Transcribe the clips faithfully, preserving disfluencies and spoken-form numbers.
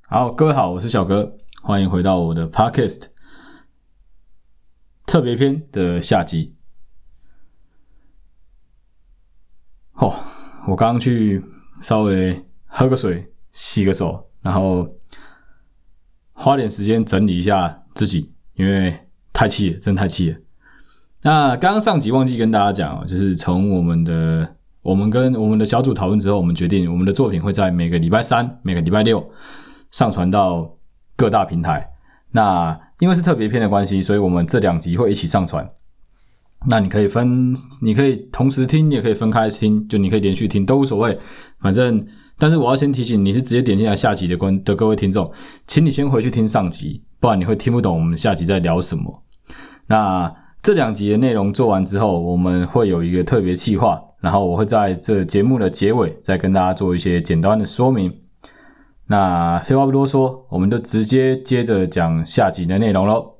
好，各位好，我是小哥，欢迎回到我的 Podcast 特别篇的下集。哦，我刚刚去稍微喝个水，洗个手，然后花点时间整理一下自己，因为太气了，真的太气了。那刚刚上集忘记跟大家讲，就是从我们的我们跟我们的小组讨论之后，我们决定我们的作品会在每个礼拜三、每个礼拜六上传到各大平台。那因为是特别篇的关系，所以我们这两集会一起上传。那你可以分，你可以同时听，你也可以分开听，就你可以连续听都无所谓。反正，但是我要先提醒你是直接点进来下集的观的各位听众，请你先回去听上集，不然你会听不懂我们下集在聊什么。那这两集的内容做完之后，我们会有一个特别企划，然后我会在这节目的结尾再跟大家做一些简单的说明。那废话不多说，我们就直接接着讲下集的内容咯。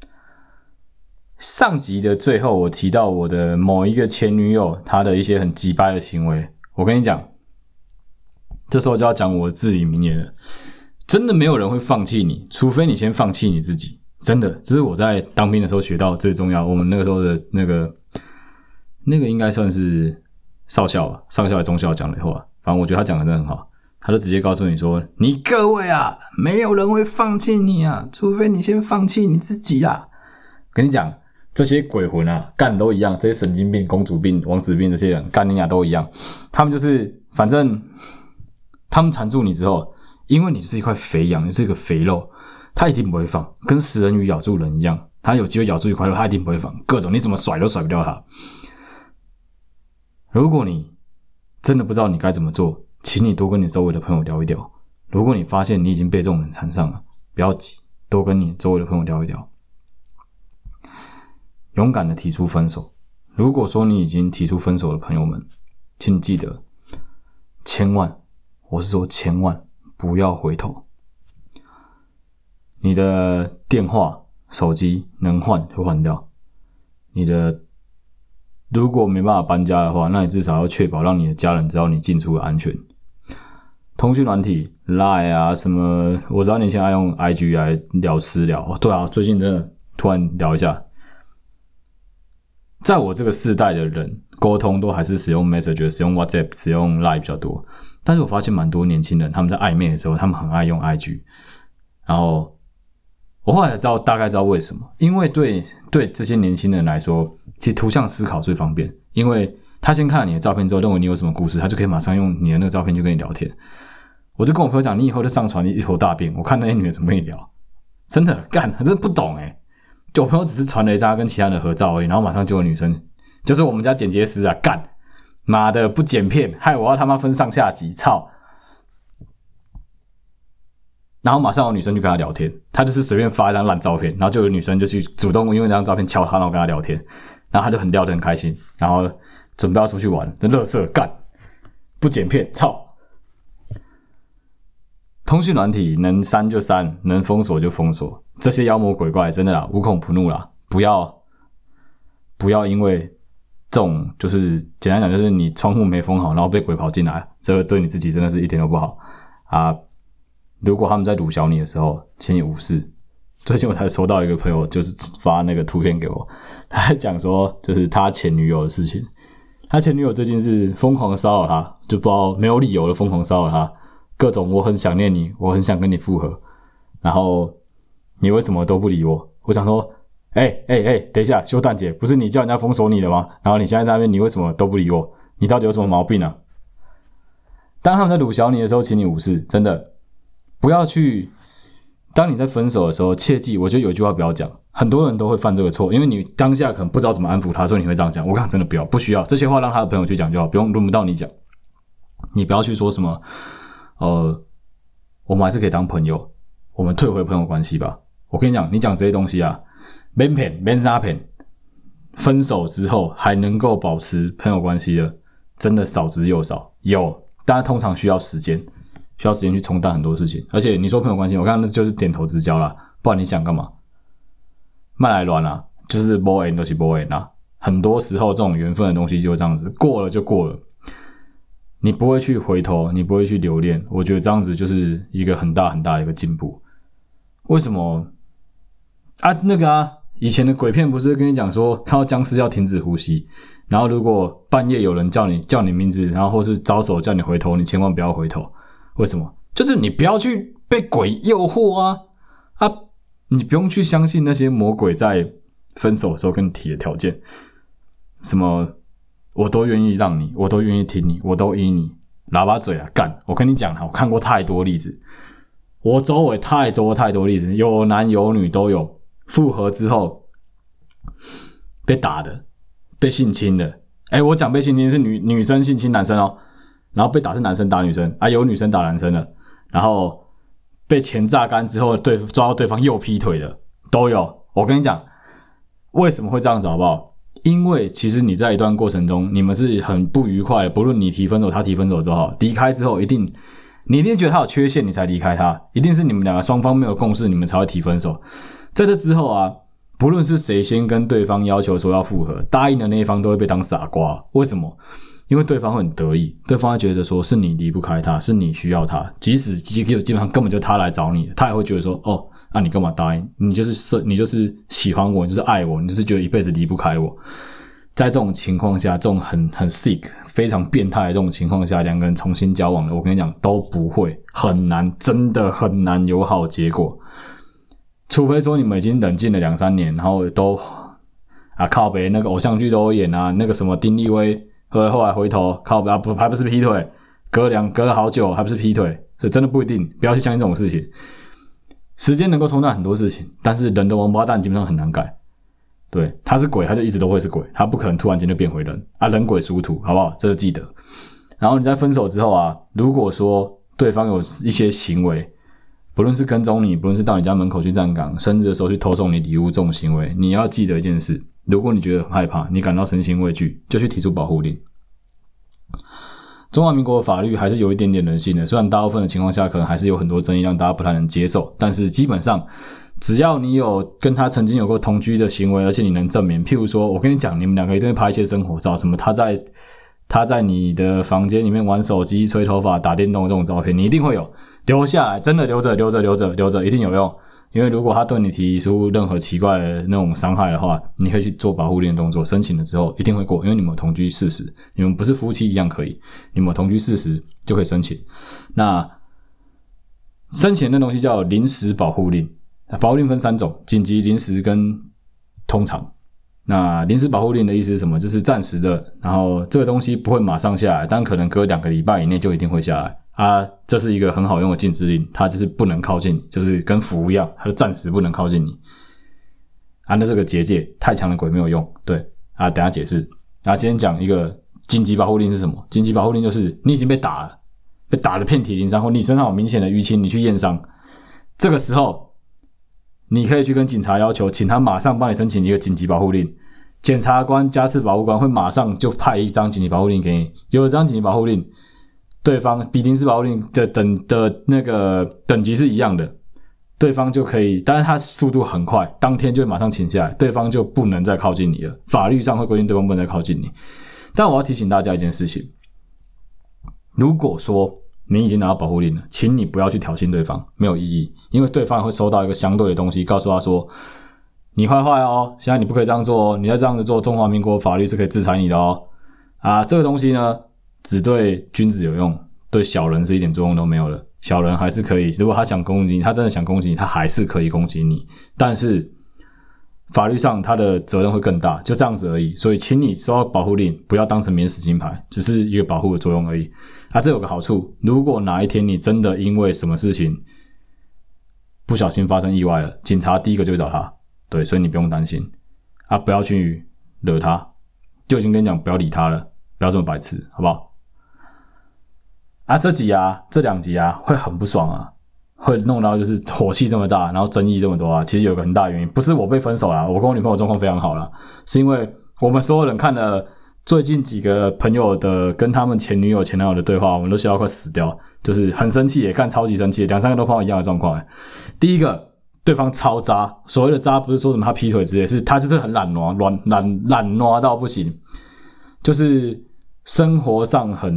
上集的最后我提到我的某一个前女友她的一些很鸡掰的行为，我跟你讲，这时候就要讲我至理名言了，真的没有人会放弃你，除非你先放弃你自己。真的，这是我在当兵的时候学到最重要，我们那个时候的那个那个应该算是少校吧，上校还中校讲的话，反正我觉得他讲的真的很好。他就直接告诉你说，你各位啊，没有人会放弃你啊，除非你先放弃你自己啊。跟你讲，这些鬼魂啊，干都一样，这些神经病、公主病、王子病这些人，干你俩都一样。他们就是，反正他们缠住你之后，因为你是一块肥羊，你是一个肥肉，他一定不会放，跟食人鱼咬住人一样，他有机会咬住一块肉，他一定不会放，各种你怎么甩都甩不掉他。如果你真的不知道你该怎么做，请你多跟你周围的朋友聊一聊。如果你发现你已经被这种人缠上了，不要急，多跟你周围的朋友聊一聊。勇敢的提出分手。如果说你已经提出分手的朋友们，请你记得，千万，我是说千万不要回头。你的电话、手机能换就换掉。你的如果没办法搬家的话，那你至少要确保让你的家人知道你进出的安全。通讯软体 Line 啊什么，我知道你现在用 I G 来聊私聊、哦、对啊，最近真的突然聊一下，在我这个世代的人沟通都还是使用 Messenger、 使用 WhatsApp、 使用 Line 比较多，但是我发现蛮多年轻人他们在暧昧的时候他们很爱用 I G， 然后我后来才知道，大概知道为什么，因为对对这些年轻人来说，其实图像思考最方便，因为他先看了你的照片之后认为你有什么故事，他就可以马上用你的那个照片就跟你聊天。我就跟我朋友讲，你以后就上传你一头大便，我看那些女人怎么跟你聊。真的干，真的不懂诶、欸、就我朋友只是传了一张跟其他人的合照而已，然后马上就有女生，就是我们家剪接师啊，干妈的不剪片，害我要他妈分上下集，操！然后马上有女生就跟他聊天，他就是随便发一张烂照片，然后就有女生就去主动因为那张照片敲他，然后跟他聊天，然后他就很聊得很开心，然后准备要出去玩，那垃圾干不剪片，操！通讯软体能删就删，能封锁就封锁，这些妖魔鬼怪真的啦，无孔不入啦，不要不要因为这种就是简单讲就是你窗户没封好，然后被鬼跑进来，这个对你自己真的是一点都不好啊。如果他们在辱小你的时候，请你无视。最近我才收到一个朋友就是发那个图片给我，他在讲说就是他前女友的事情，他前女友最近是疯狂的骚扰他，就不知道没有理由的疯狂骚扰他，各种我很想念你，我很想跟你复合，然后你为什么都不理我？我想说，哎哎哎，等一下，修蛋姐，不是你叫人家封锁你的吗？然后你现在在那边，你为什么都不理我？你到底有什么毛病啊？当他们在辱小你的时候，请你无视，真的不要去。当你在分手的时候，切记，我觉得有一句话不要讲，很多人都会犯这个错，因为你当下可能不知道怎么安抚他，所以你会这样讲。我看真的不要，不需要这些话，让他的朋友去讲就好，不用轮不到你讲。你不要去说什么。呃，我们还是可以当朋友，我们退回朋友关系吧。我跟你讲，你讲这些东西啊，免骗免诈骗，分手之后还能够保持朋友关系的，真的少之又少。有，但通常需要时间，需要时间去冲淡很多事情。而且你说朋友关系，我看那就是点头之交啦，不然你想干嘛？卖来乱啦，就是没缘都是没缘啦。很多时候这种缘分的东西就是这样子，过了就过了。 你不会去回头，你不会去留恋，我觉得这样子就是一个很大很大的一个进步。为什么啊？那个啊，以前的鬼片不是跟你讲说，看到僵尸要停止呼吸，然后如果半夜有人叫你叫你名字，然后或是招手叫你回头，你千万不要回头。为什么？就是你不要去被鬼诱惑啊啊！你不用去相信那些魔鬼在分手的时候跟你提的条件，什么我都愿意让你，我都愿意听你，我都依你，喇叭嘴啊干！我跟你讲我看过太多例子。我周围太多太多例子，有男有女都有，复合之后被打的，被性侵的。诶我讲被性侵是女女生性侵男生哦，然后被打是男生打女生啊，有女生打男生的，然后被钱榨干之后对抓到对方又劈腿的都有。我跟你讲，为什么会这样子好不好？因为其实你在一段过程中，你们是很不愉快的，不论你提分手，他提分手之后，离开之后一定。你一定觉得他有缺陷，你才离开他，一定是你们两个双方没有共识，你们才会提分手。在这之后啊，不论是谁先跟对方要求说要复合，答应的那一方都会被当傻瓜。为什么？因为对方会很得意，对方会觉得说是你离不开他，是你需要他，即使基本上根本就他来找你，他也会觉得说哦，那、啊、你干嘛答应？你就是你就是喜欢我，你就是爱我，你就是觉得一辈子离不开我。在这种情况下，这种很很 sick 非常变态的这种情况下，两个人重新交往了，我跟你讲都不会，很难，真的很难有好结果。除非说你们已经冷静了两三年，然后都啊靠北那个偶像剧都有演啊，那个什么丁立威后后来回头靠北啊不还不是劈腿，隔两隔了好久还不是劈腿，所以真的不一定，不要去相信这种事情。时间能够冲淡很多事情，但是人的王八蛋基本上很难改。对，他是鬼，他就一直都会是鬼，他不可能突然间就变回人啊，人鬼殊途，好不好？这个记得。然后你在分手之后啊，如果说对方有一些行为，不论是跟踪你，不论是到你家门口去站岗，生日的时候去偷送你礼物这种行为，你要记得一件事：如果你觉得很害怕，你感到身心畏惧，就去提出保护令。中华民国的法律还是有一点点人性的，虽然大部分的情况下可能还是有很多争议让大家不太能接受，但是基本上只要你有跟他曾经有过同居的行为，而且你能证明，譬如说我跟你讲，你们两个一定会拍一些生活照，什么他在他在你的房间里面玩手机、吹头发、打电动的这种照片，你一定会有留下来，真的留着留着留着留着，一定有用。因为如果他对你提出任何奇怪的那种伤害的话，你可以去做保护令的动作，申请了之后一定会过，因为你们有同居事实，你们不是夫妻一样可以，你们有同居事实就可以申请。那申请的东西叫临时保护令，保护令分三种：紧急、临时跟通常。那临时保护令的意思是什么？就是暂时的，然后这个东西不会马上下来，但可能隔两个礼拜以内就一定会下来。啊，这是一个很好用的禁止令，它就是不能靠近你，就是跟符一样，它就暂时不能靠近你。啊，那这个结界太强的鬼没有用，对啊，等一下解释。啊，今天讲一个紧急保护令是什么？紧急保护令就是你已经被打了，被打得遍体鳞伤，或你身上有明显的淤青，你去验伤，这个时候你可以去跟警察要求，请他马上帮你申请一个紧急保护令。检察官、家事保护官会马上就派一张紧急保护令给你，有了这张紧急保护令，对方比临时保护令的等的那个等级是一样的，对方就可以，但是他速度很快，当天就会马上请下来，对方就不能再靠近你了。法律上会规定对方不能再靠近你。但我要提醒大家一件事情，如果说你已经拿到保护令了，请你不要去挑衅对方，没有意义，因为对方会收到一个相对的东西，告诉他说你坏坏哦，现在你不可以这样做哦，你再这样子做，中华民国法律是可以制裁你的哦。啊，这个东西呢，只对君子有用，对小人是一点作用都没有的。小人还是可以，如果他想攻击你，他真的想攻击你，他还是可以攻击你，但是法律上他的责任会更大，就这样子而已。所以请你收到保护令不要当成免死金牌，只是一个保护的作用而已。啊，这有个好处，如果哪一天你真的因为什么事情不小心发生意外了，警察第一个就会找他。对，所以你不用担心啊，不要去惹他，就已经跟你讲不要理他了，不要这么白痴，好不好？啊，这集啊，这两集啊，会很不爽啊，会弄到就是火气这么大，然后争议这么多啊。其实有个很大的原因，不是我被分手啦，我跟我女朋友状况非常好啦，是因为我们所有人看了最近几个朋友的跟他们前女友、前男友的对话，我们都笑到快死掉，就是很生气，也干超级生气，两三个都碰到一样的状况。第一个，对方超渣，所谓的渣不是说什么他劈腿之类，是他就是很懒惰，懒懒懒惰到不行，就是生活上很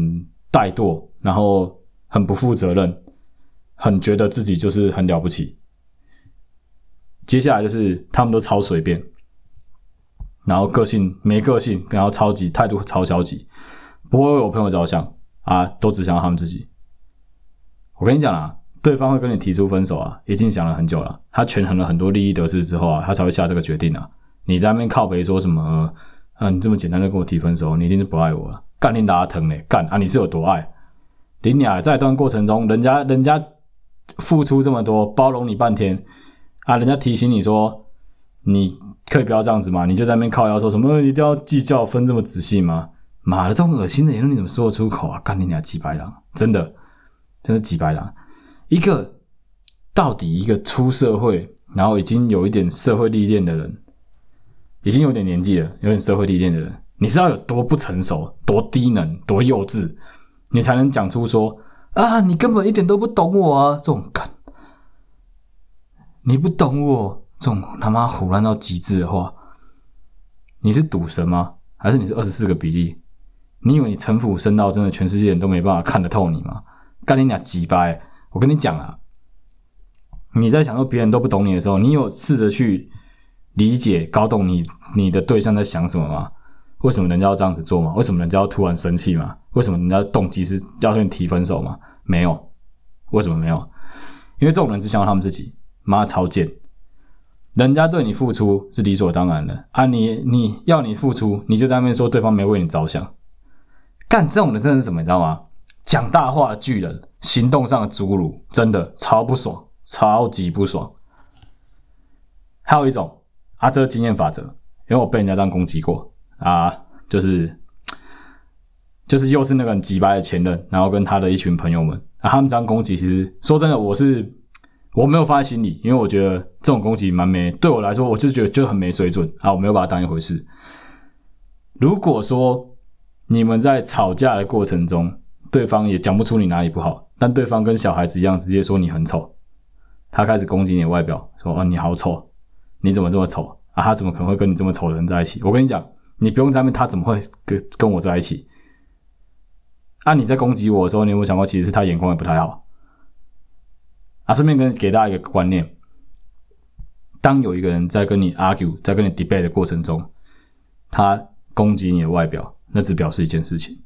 怠惰，然后很不负责任，很觉得自己就是很了不起。接下来就是他们都超随便，然后个性没个性，然后超级态度超消极，不会为我朋友着想啊，都只想要他们自己。我跟你讲啦，对方会跟你提出分手啊，一定想了很久了，他权衡了很多利益得失之后啊，他才会下这个决定啊。你在那边靠北说什么啊？你这么简单就跟我提分手，你一定是不爱我了。干你打疼嘞，干啊！你是有多爱？你俩在一段过程中，人家人家付出这么多，包容你半天啊，人家提醒你说，你可以不要这样子嘛？你就在那边靠腰说什么？你一定要计较分这么仔细吗？妈的，这种恶心的言论你怎么说得出口啊？干你俩几白狼，真的，真是几白狼。一个到底一个出社会，然后已经有一点社会历练的人，已经有点年纪了，有点社会历练的人，你是要有多不成熟、多低能、多幼稚，你才能讲出说啊，你根本一点都不懂我啊，这种干，你不懂我这种他妈唬烂到极致的话，你是赌神吗？还是你是二十四个比例？你以为你城府深到真的全世界人都没办法看得透你吗？干你俩鸡掰！我跟你讲啊，你在想说别人都不懂你的时候，你有试着去理解、搞懂你你的对象在想什么吗？为什么人家要这样子做吗？为什么人家要突然生气吗？为什么人家的动机是要跟你提分手吗？没有，为什么没有？因为这种人只想要他们自己，妈超贱！人家对你付出是理所当然的啊你，你你要你付出，你就在那边说对方没为你着想，干这种人真的是什么？你知道吗？讲大话的巨人，行动上的侏儒，真的超不爽，超级不爽。还有一种啊，这是经验法则，因为我被人家这样攻击过啊，就是就是又是那个很鸡掰的前任，然后跟他的一群朋友们啊，他们这样攻击，其实说真的，我是我没有放在心里，因为我觉得这种攻击蛮没，对我来说，我就觉得就很没水准啊，我没有把它当一回事。如果说你们在吵架的过程中，对方也讲不出你哪里不好，但对方跟小孩子一样直接说你很丑，他开始攻击你的外表，说哦你好丑，你怎么这么丑啊？他怎么可能会跟你这么丑的人在一起？我跟你讲，你不用在那边，他怎么会跟跟我在一起？啊，你在攻击我的时候，你有没有想过，其实是他眼光也不太好？啊，顺便跟给大家一个观念：当有一个人在跟你 argue， 在跟你 debate 的过程中，他攻击你的外表，那只表示一件事情。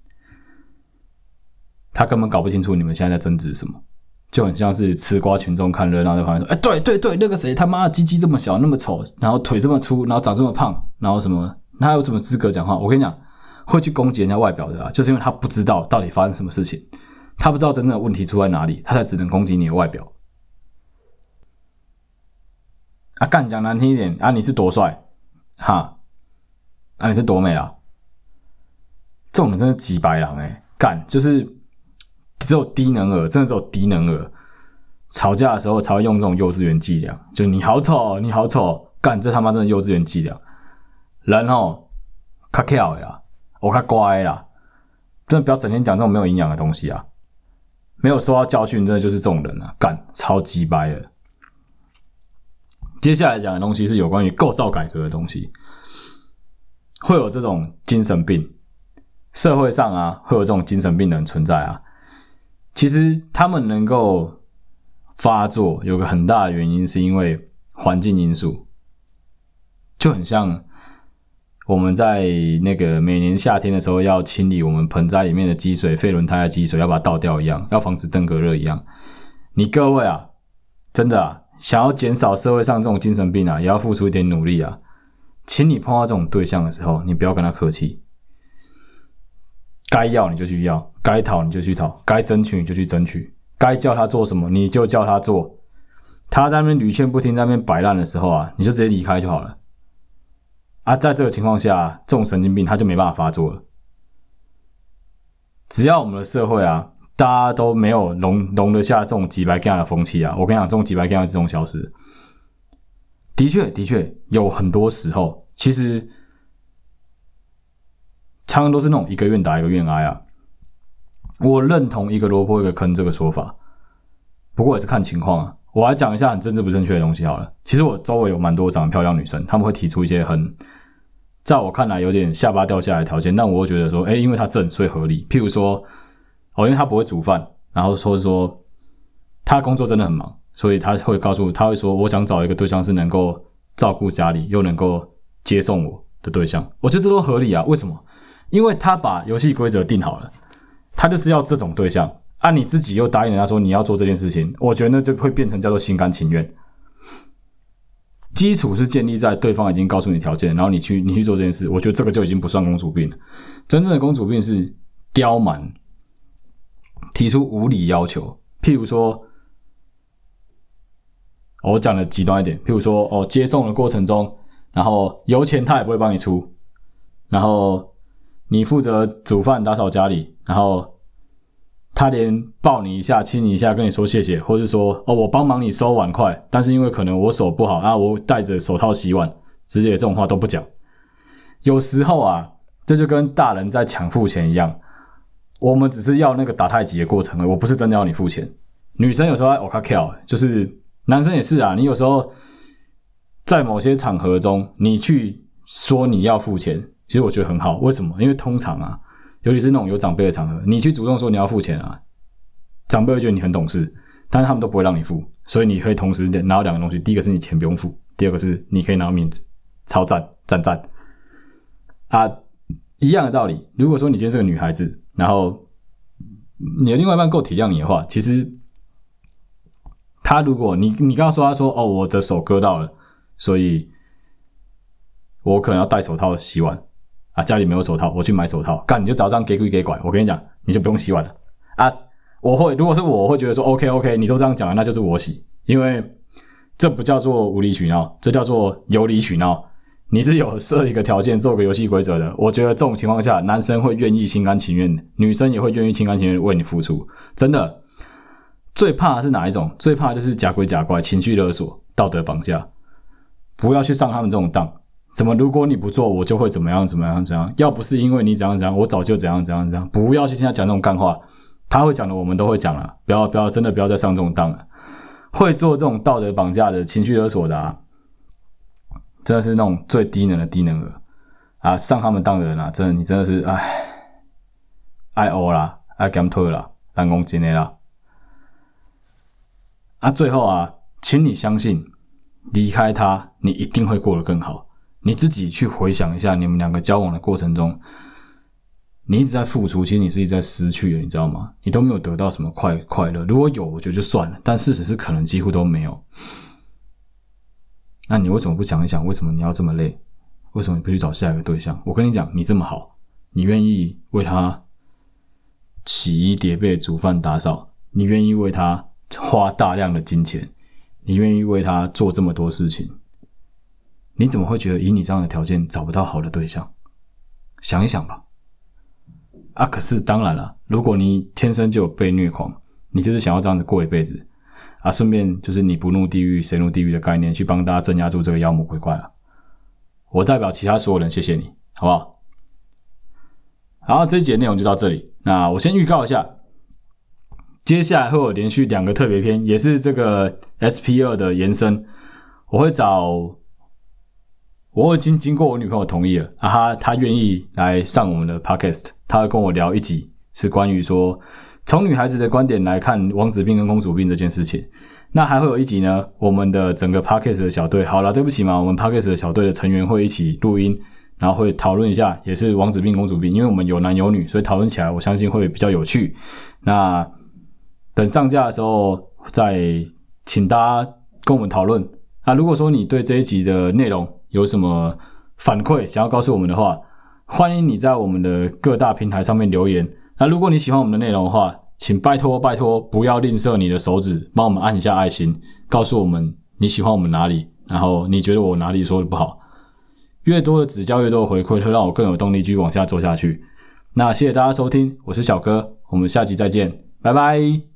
他根本搞不清楚你们现在在争执什么，就很像是吃瓜群众看热闹在旁边说：“哎、欸，对对对，那个谁他妈的鸡鸡这么小，那么丑，然后腿这么粗，然后长这么胖，然后什么，他有什么资格讲话？”我跟你讲，会去攻击人家外表的啊，就是因为他不知道到底发生什么事情，他不知道真正的问题出在哪里，他才只能攻击你的外表。啊，干讲难听一点啊，你是多帅，哈，啊你是多美啦，这种人真是鸡掰狼哎，干就是。只有低能儿，真的只有低能儿，吵架的时候才会用这种幼稚园伎俩，就你好丑，你好丑，干这他妈真的幼稚园伎俩。人吼，较巧的啦，我较乖的啦，真的不要整天讲这种没有营养的东西啊！没有受到教训，真的就是这种人啊，干超鸡掰的。接下来讲的东西是有关于构造改革的东西，会有这种精神病，社会上啊会有这种精神病的人存在啊。其实他们能够发作，有个很大的原因是因为环境因素，就很像我们在那个每年夏天的时候要清理我们盆栽里面的积水、废轮胎的积水，要把它倒掉一样，要防止登革热一样。你各位啊，真的啊，想要减少社会上这种精神病啊，也要付出一点努力啊。请你碰到这种对象的时候，你不要跟他客气。该要你就去要，该讨你就去讨，该争取你就去争取，该叫他做什么你就叫他做。他在那边屡劝不听，在那边摆烂的时候啊，你就直接离开就好了。啊，在这个情况下，这种神经病他就没办法发作了。只要我们的社会啊，大家都没有容容得下这种几百 G 的风气啊，我跟你讲，这种几百 G 的这种消失，的确的确有很多时候，其实。常常都是那种一个愿打一个愿挨啊。我认同一个萝卜一个坑这个说法，不过也是看情况啊。我来讲一下很政治不正确的东西好了。其实我周围有蛮多长得漂亮女生，她们会提出一些很在我看来有点下巴掉下来的条件，但我会觉得说，哎、欸，因为她正所以合理。譬如说， 哦，因为他不会煮饭，然后说说他工作真的很忙，所以他会告诉他会说我想找一个对象是能够照顾家里又能够接送我的对象。我觉得这都合理啊，为什么？因为他把游戏规则定好了，他就是要这种对象啊，你自己又答应人家说你要做这件事情，我觉得那就会变成叫做心甘情愿。基础是建立在对方已经告诉你条件，然后你去你去做这件事，我觉得这个就已经不算公主病了。真正的公主病是刁蛮，提出无理要求，譬如说，我讲的极端一点，譬如说，哦，接送的过程中，然后油钱他也不会帮你出，然后你负责煮饭打扫家里，然后他连抱你一下亲你一下跟你说谢谢，或是说哦我帮忙你收碗筷，但是因为可能我手不好啊，我戴着手套洗碗之类的这种话都不讲。有时候啊，这就跟大人在抢付钱一样，我们只是要那个打太极的过程而已，我不是真的要你付钱。女生有时候我卡跳，就是男生也是啊，你有时候在某些场合中你去说你要付钱，其实我觉得很好。为什么？因为通常啊，尤其是那种有长辈的场合，你去主动说你要付钱啊，长辈会觉得你很懂事，但是他们都不会让你付，所以你可以同时拿到两个东西，第一个是你钱不用付，第二个是你可以拿到面子，超赞赞赞啊！一样的道理，如果说你今天是个女孩子，然后你的另外一半够体谅你的话，其实他如果你你跟他说他说哦我的手割到了，所以我可能要戴手套洗碗啊，家里没有手套，我去买手套，干你就找这样给鬼给拐，我跟你讲，你就不用洗碗了啊！我会，如果是我，我会觉得说 OK OK， 你都这样讲了，那就是我洗，因为这不叫做无理取闹，这叫做有理取闹。你是有设一个条件，做个游戏规则的，我觉得这种情况下，男生会愿意心甘情愿，女生也会愿意心甘情愿为你付出。真的，最怕的是哪一种？最怕的就是假鬼假怪、情绪勒索、道德绑架，不要去上他们这种当。怎么？如果你不做，我就会怎么样怎么样怎么样？要不是因为你怎样怎样，我早就怎样怎样怎样。不要去听他讲这种干话，他会讲的，我们都会讲了。不要不要，真的不要再上这种当了。会做这种道德绑架的、情绪勒索的啊，真的是那种最低能的低能儿啊！上他们当的人啊，真的你真的是哎，爱欧啦，爱减退啦，人讲真的啦。啊，最后啊，请你相信，离开他，你一定会过得更好。你自己去回想一下，你们两个交往的过程中，你一直在付出，其实你是一直在失去的，你知道吗？你都没有得到什么快快乐。如果有，我觉得就算了，但事实是可能几乎都没有。那你为什么不想一想，为什么你要这么累？为什么你不去找下一个对象？我跟你讲，你这么好，你愿意为他洗衣叠被、煮饭打扫，你愿意为他花大量的金钱，你愿意为他做这么多事情，你怎么会觉得以你这样的条件找不到好的对象？想一想吧。啊，可是当然了，如果你天生就有被虐狂，你就是想要这样子过一辈子啊，顺便就是你不入地狱谁入地狱的概念，去帮大家镇压住这个妖魔鬼怪啊。我代表其他所有人谢谢你，好不好？好，这一节内容就到这里。那我先预告一下，接下来会有连续两个特别篇，也是这个 S P 二 的延伸。我会找，我已经经过我女朋友同意了啊，她她愿意来上我们的 podcast， 她会跟我聊一集，是关于说从女孩子的观点来看王子病跟公主病这件事情。那还会有一集呢，我们的整个 podcast 的小队，好啦，对不起嘛，我们 podcast 的小队的成员会一起录音，然后会讨论一下，也是王子病公主病，因为我们有男有女，所以讨论起来我相信会比较有趣。那等上架的时候再请大家跟我们讨论。那如果说你对这一集的内容有什么反馈想要告诉我们的话，欢迎你在我们的各大平台上面留言。那如果你喜欢我们的内容的话，请拜托拜托不要吝啬你的手指，帮我们按一下爱心，告诉我们你喜欢我们哪里，然后你觉得我哪里说的不好。越多的指教，越多的回馈，会让我更有动力继续往下做下去。那谢谢大家收听，我是小哥，我们下集再见，拜拜。